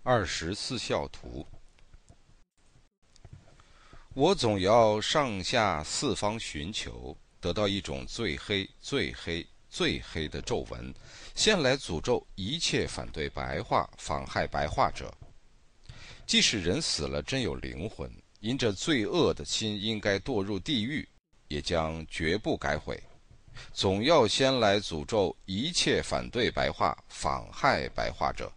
24孝图。我总要上下四方寻求，得到一种最黑、最黑、最黑的咒文，先来诅咒一切反对白话、妨害白话者。即使人死了真有灵魂，因着罪恶的心应该堕入地狱，也将绝不改悔。总要先来诅咒一切反对白话、妨害白话者。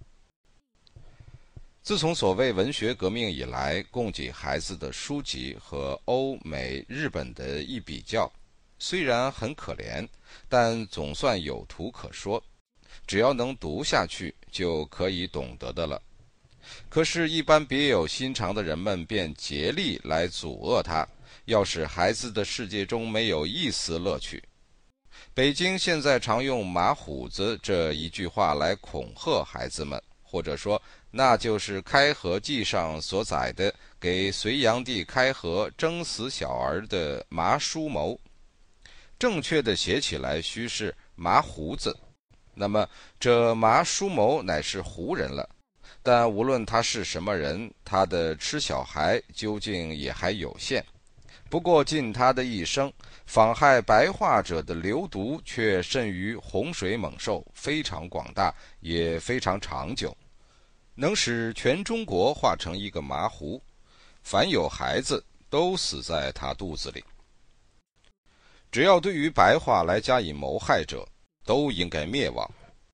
自从所谓文学革命以来，供给孩子的书籍和欧美、日本的一比较，虽然很可怜，但总算有图可说。只要能读下去，就可以懂得的了。可是，一般别有心肠的人们便竭力来阻遏它，要使孩子的世界中没有一丝乐趣。北京现在常用马虎子这一句话来恐吓孩子们，或者说那就是开河记上所载的给隋炀帝开河征死小儿的麻叔谋。正确的写起来须是麻胡子，那么这麻叔谋乃是胡人了。但无论他是什么人，他的吃小孩究竟也还有限。不过尽他的一生，妨害白话者的流毒却甚于洪水猛兽，非常广大，也非常长久，能使全中国化成一个麻湖，凡有孩子都死在他肚子里。只要对于白话来加以谋害者，都应该灭亡。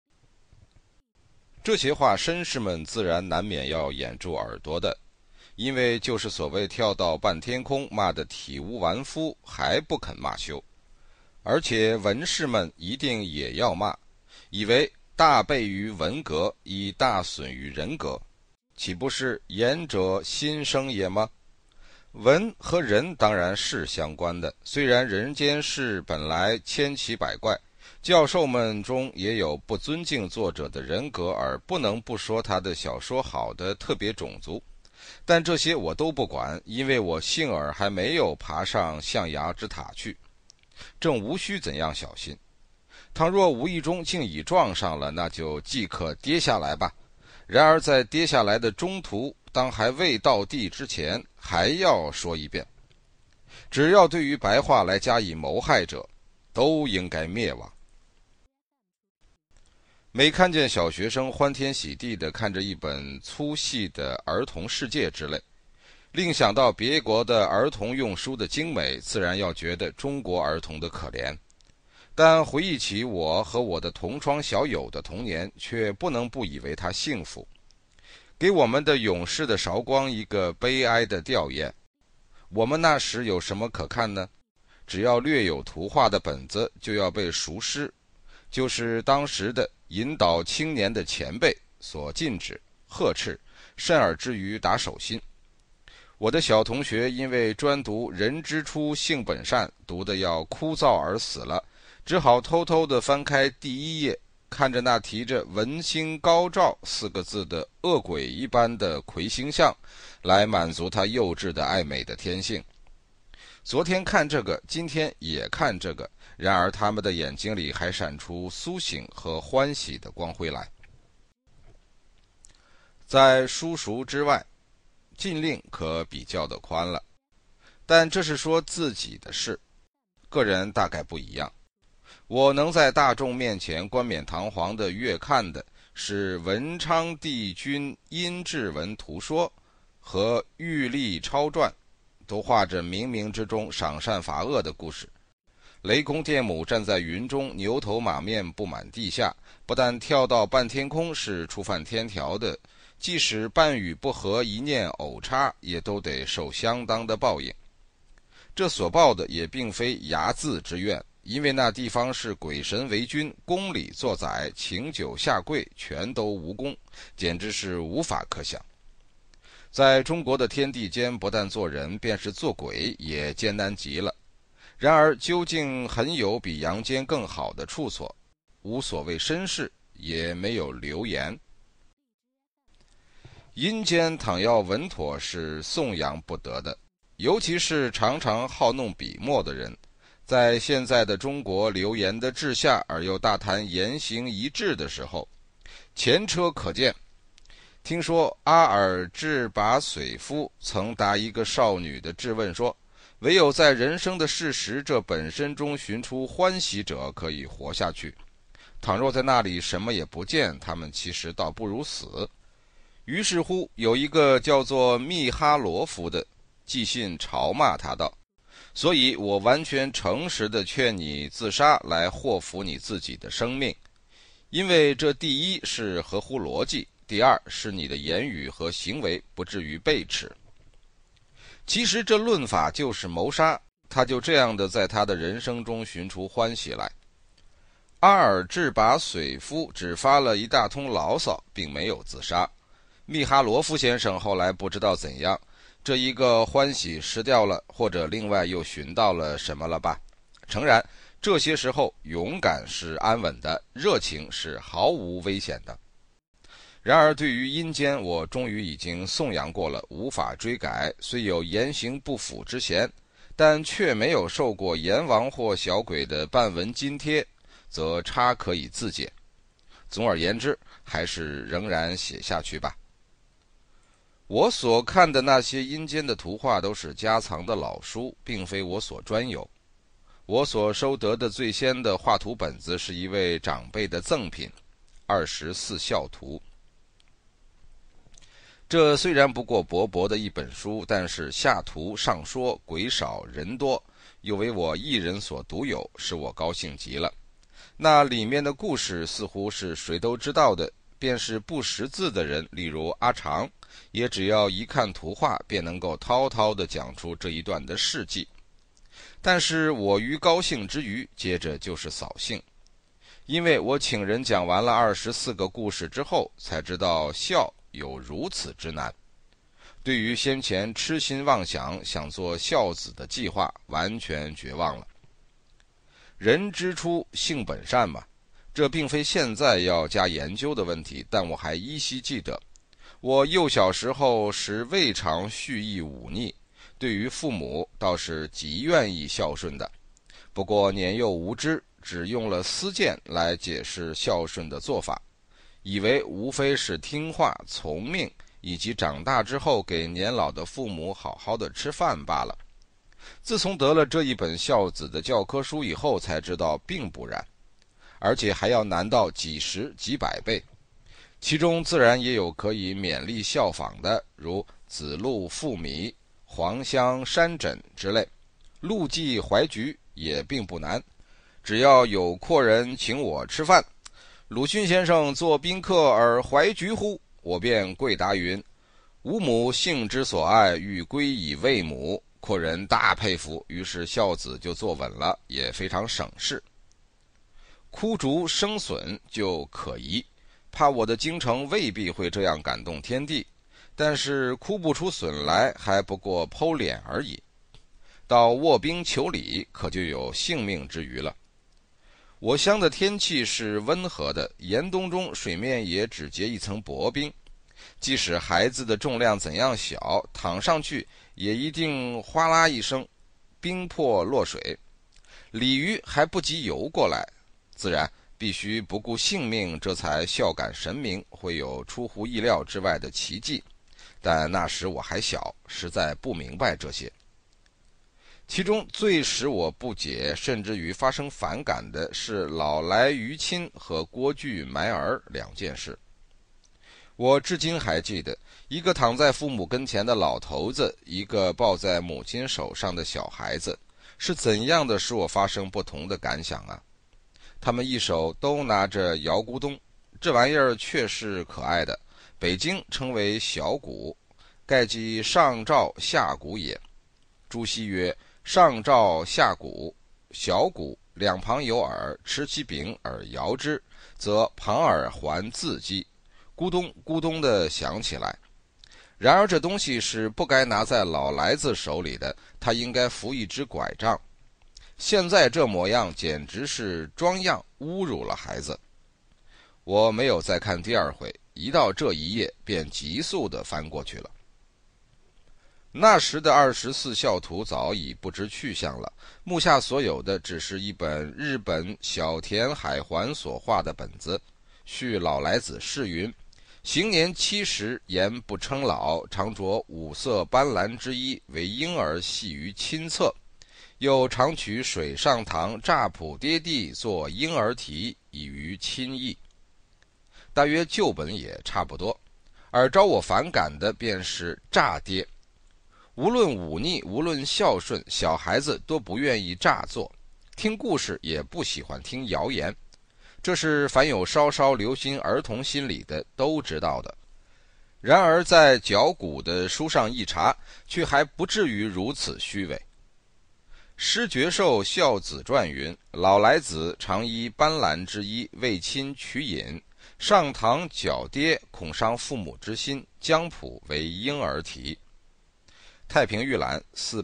这些话绅士们自然难免要掩住耳朵的，因为就是所谓跳到半天空，骂得体无完肤，还不肯骂休。而且文士们一定也要骂，以为大悖于文格，以大损于人格，岂不是言者心生也吗？文和人当然是相关的，虽然人间事本来千奇百怪，教授们中也有不尊敬作者的人格而不能不说他的小说好的特别种族，但这些我都不管，因为我幸而还没有爬上象牙之塔去，正无需怎样小心。倘若无意中竟已撞上了，那就即刻跌下来吧。然而在跌下来的中途，当还未到地之前，还要说一遍，只要对于白话来加以谋害者，都应该灭亡。每看见小学生欢天喜地地看着一本粗细的儿童世界之类，另想到别国的儿童用书的精美，自然要觉得中国儿童的可怜。但回忆起我和我的同窗小友的童年，却不能不以为他幸福。给我们的勇士的韶光一个悲哀的吊唁。我们那时有什么可看呢？只要略有图画的本子就要被熟师，就是当时的引导青年的前辈所禁止、呵斥，甚而至于打手心。我的小同学因为专读人之初性本善，读得要枯燥而死了，只好偷偷地翻开第一页，看着那提着文星高照4个字的恶鬼一般的魁星像，来满足他幼稚的爱美的天性。昨天看这个，今天也看这个，然而他们的眼睛里还闪出苏醒和欢喜的光辉来。在书熟之外，禁令可比较的宽了，但这是说自己的事，个人大概不一样。我能在大众面前冠冕堂皇的阅看的是文昌帝君殷志文图说和玉历超传，都画着冥冥之中赏善罚恶的故事。雷公电母站在云中，牛头马面布满地下，不但跳到半天空是触犯天条的，即使半语不合一念偶差，也都得受相当的报应。这所报的也并非睚眦之怨，因为那地方是鬼神为君，宫里作宰，请酒下跪全都无功，简直是无法可想。在中国的天地间，不但做人，便是做鬼也艰难极了。然而究竟很有比阳间更好的处所，无所谓绅士，也没有流言。阴间倘要稳妥，是颂扬不得的，尤其是常常好弄笔墨的人，在现在的中国流言的治下，而又大谈言行一致的时候，前车可鉴。 听说阿尔智拔水夫曾答一个少女的质问说，唯有在人生的事实这本身中寻出欢喜者可以活下去，倘若在那里什么也不见，他们其实倒不如死。于是乎有一个叫做密哈罗夫的寄信嘲骂他道，所以我完全诚实地劝你自杀来祸福你自己的生命，因为这第一是合乎逻辑，第二是你的言语和行为不至于被耻。其实这论法就是谋杀，他就这样的在他的人生中寻出欢喜来。阿尔智拔水夫只发了一大通牢骚，并没有自杀。密哈罗夫先生后来不知道怎样，这一个欢喜失掉了，或者另外又寻到了什么了吧。诚然，这些时候勇敢是安稳的，热情是毫无危险的。然而对于阴间，我终于已经颂扬过了，无法追改，虽有言行不符之嫌，但却没有受过阎王或小鬼的半文津贴，则差可以自解。总而言之，还是仍然写下去吧。我所看的那些阴间的图画都是家藏的老书，并非我所专有。我所收得的最先的画图本子是一位长辈的赠品，24孝图。这虽然不过薄薄的一本书，但是下图上说鬼少人多，又为我一人所独有，使我高兴极了。那里面的故事似乎是谁都知道的，便是不识字的人，例如阿长，也只要一看图画便能够滔滔地讲出这一段的事迹。但是我于高兴之余，接着就是扫兴，因为我请人讲完了24个故事之后，才知道孝有如此之难。对于先前痴心妄想想做孝子的计划，完全绝望了。人之初性本善嘛，这并非现在要加研究的问题，但我还依稀记得，我幼小时候时未尝蓄意忤逆，对于父母倒是极愿意孝顺的。不过年幼无知，只用了私谏来解释孝顺的做法，以为无非是听话从命，以及长大之后给年老的父母好好的吃饭罢了。自从得了这一本孝子的教科书以后，才知道并不然，而且还要难到几十几百倍。其中自然也有可以勉励效仿的，如子路赋米、黄香山枕之类。陆记怀菊也并不难，只要有阔人请我吃饭，鲁迅先生作宾客而怀菊乎，我便跪答云：吾母性之所爱，欲归以慰母。阔人大佩服，于是孝子就坐稳了，也非常省事。枯竹生笋就可疑，怕我的京城未必会这样感动天地，但是哭不出笋来，还不过剖脸而已。到卧冰求鲤，可就有性命之余了。我乡的天气是温和的，严冬中水面也只结一层薄冰，即使孩子的重量怎样小，躺上去也一定哗啦一声，冰破落水。鲤鱼还不及游过来，自然必须不顾性命，这才孝感神明，会有出乎意料之外的奇迹。但那时我还小，实在不明白这些。其中最使我不解，甚至于发生反感的是老来于亲和郭巨埋儿两件事。我至今还记得，一个躺在父母跟前的老头子，一个抱在母亲手上的小孩子，是怎样的使我发生不同的感想啊！他们一手都拿着摇咕咚，这玩意儿确是可爱的，北京称为小鼓，盖即上照下鼓也。朱熹曰：上照下鼓，小鼓两旁有耳，持其柄而摇之，则旁耳还自击，咕咚咕咚地响起来。然而这东西是不该拿在老来子手里的，他应该扶一只拐杖。现在这模样简直是装样，侮辱了孩子。我没有再看第二回，一到这一页便急速地翻过去了。那时的24孝图早已不知去向了，目下所有的只是一本日本小田海环所画的本子。续老来子是云： 行年70，言不称老，常着五色斑斓之衣，为婴儿系于亲侧。又常取水上堂乍谱跌地作婴儿题，以于亲意。大约旧本也差不多，而招我反感的便是诈跌。无论忤逆，无论孝顺，小孩子都不愿意诈做，听故事也不喜欢听谣言。这是凡有稍稍留心儿童心理的都知道的。然而在脚骨的书上一查，却还不至于如此虚伪。诗绝寿孝子传云：老来子常依斑斓之衣，为亲取饮，上堂脚跌，恐伤父母之心，将谱为婴儿题。太平御览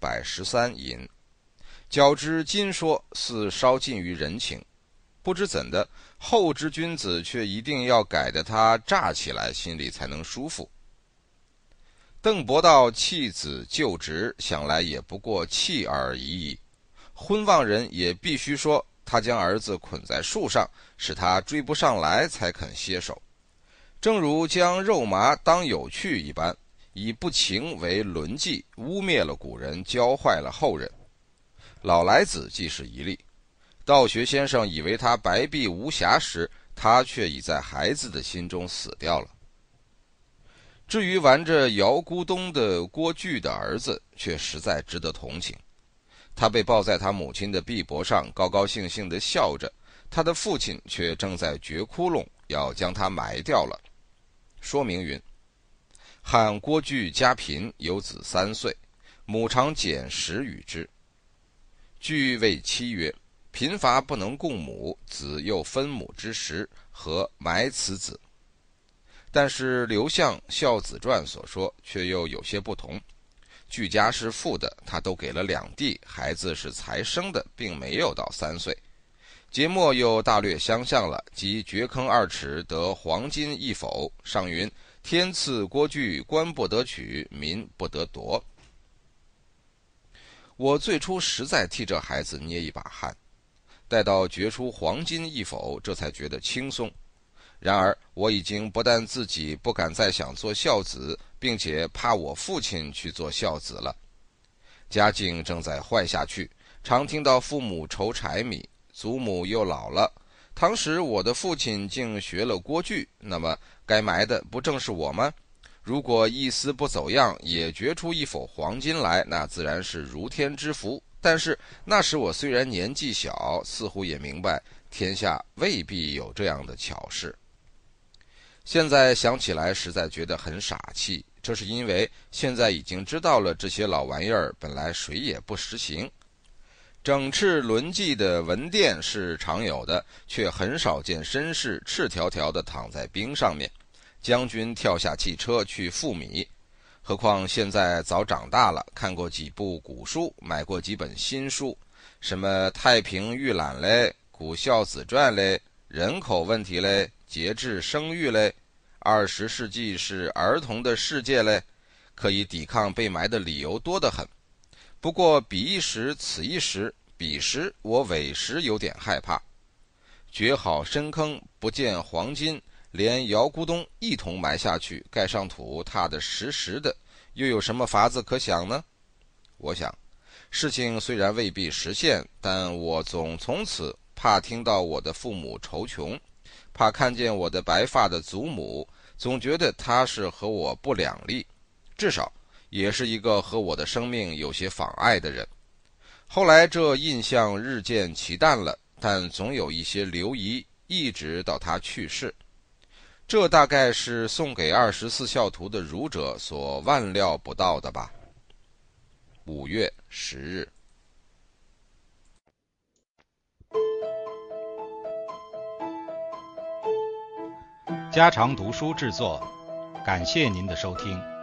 413引：较之今说，似稍近于人情。不知怎的，后之君子却一定要改得他炸起来，心里才能舒服。邓伯道弃子就职，想来也不过弃而已矣。昏望人也必须说，他将儿子捆在树上，使他追不上来，才肯歇手。正如将肉麻当有趣一般，以不情为沦迹，污蔑了古人，教坏了后人。老来子既是一例。道学先生以为他白璧无瑕时，他却已在孩子的心中死掉了。至于玩着姚咕咚的郭巨的儿子，却实在值得同情。他被抱在他母亲的臂膊上，高高兴兴地笑着，他的父亲却正在掘窟窿，要将他埋掉了。说明云：汉郭巨家贫，有子3岁，母常减食与之。巨谓妻曰：贫乏不能供母，子又分母之食，何埋此子？但是刘向《孝子传》所说却又有些不同。巨家是富的，他都给了2弟，孩子是才生的，并没有到3岁。节末又大略相像了，即掘坑2尺得黄金1否，上云：天赐郭巨，官不得取，民不得夺。我最初实在替这孩子捏一把汗，待到掘出黄金1否，这才觉得轻松。然而我已经不但自己不敢再想做孝子，并且怕我父亲去做孝子了。家境正在坏下去，常听到父母愁柴米，祖母又老了。当时我的父亲竟学了郭巨，那么该埋的不正是我吗？如果一丝不走样，也掘出1否黄金来，那自然是如天之福。但是那时我虽然年纪小，似乎也明白天下未必有这样的巧事。现在想起来实在觉得很傻气，这是因为现在已经知道了这些老玩意儿本来谁也不实行。整饬轮骑的文殿是常有的，却很少见绅士赤条条地躺在冰上面，将军跳下汽车去赴米。何况现在早长大了，看过几部古书，买过几本新书，什么太平御览嘞，古孝子传嘞，人口问题嘞，节制生育嘞，20世纪是儿童的世界嘞，可以抵抗被埋的理由多得很。不过彼一时此一时，彼时我委实有点害怕。掘好深坑，不见黄金，连姚咕咚一同埋下去，盖上土，踏得实实的，又有什么法子可想呢？我想，事情虽然未必实现，但我总从此怕听到我的父母愁穷，怕看见我的白发的祖母，总觉得他是和我不两立，至少也是一个和我的生命有些妨碍的人。后来这印象日渐奇淡了，但总有一些留遗，一直到他去世。这大概是送给24孝徒的儒者所万料不到的吧。5月10日。 家常读书制作，感谢您的收听。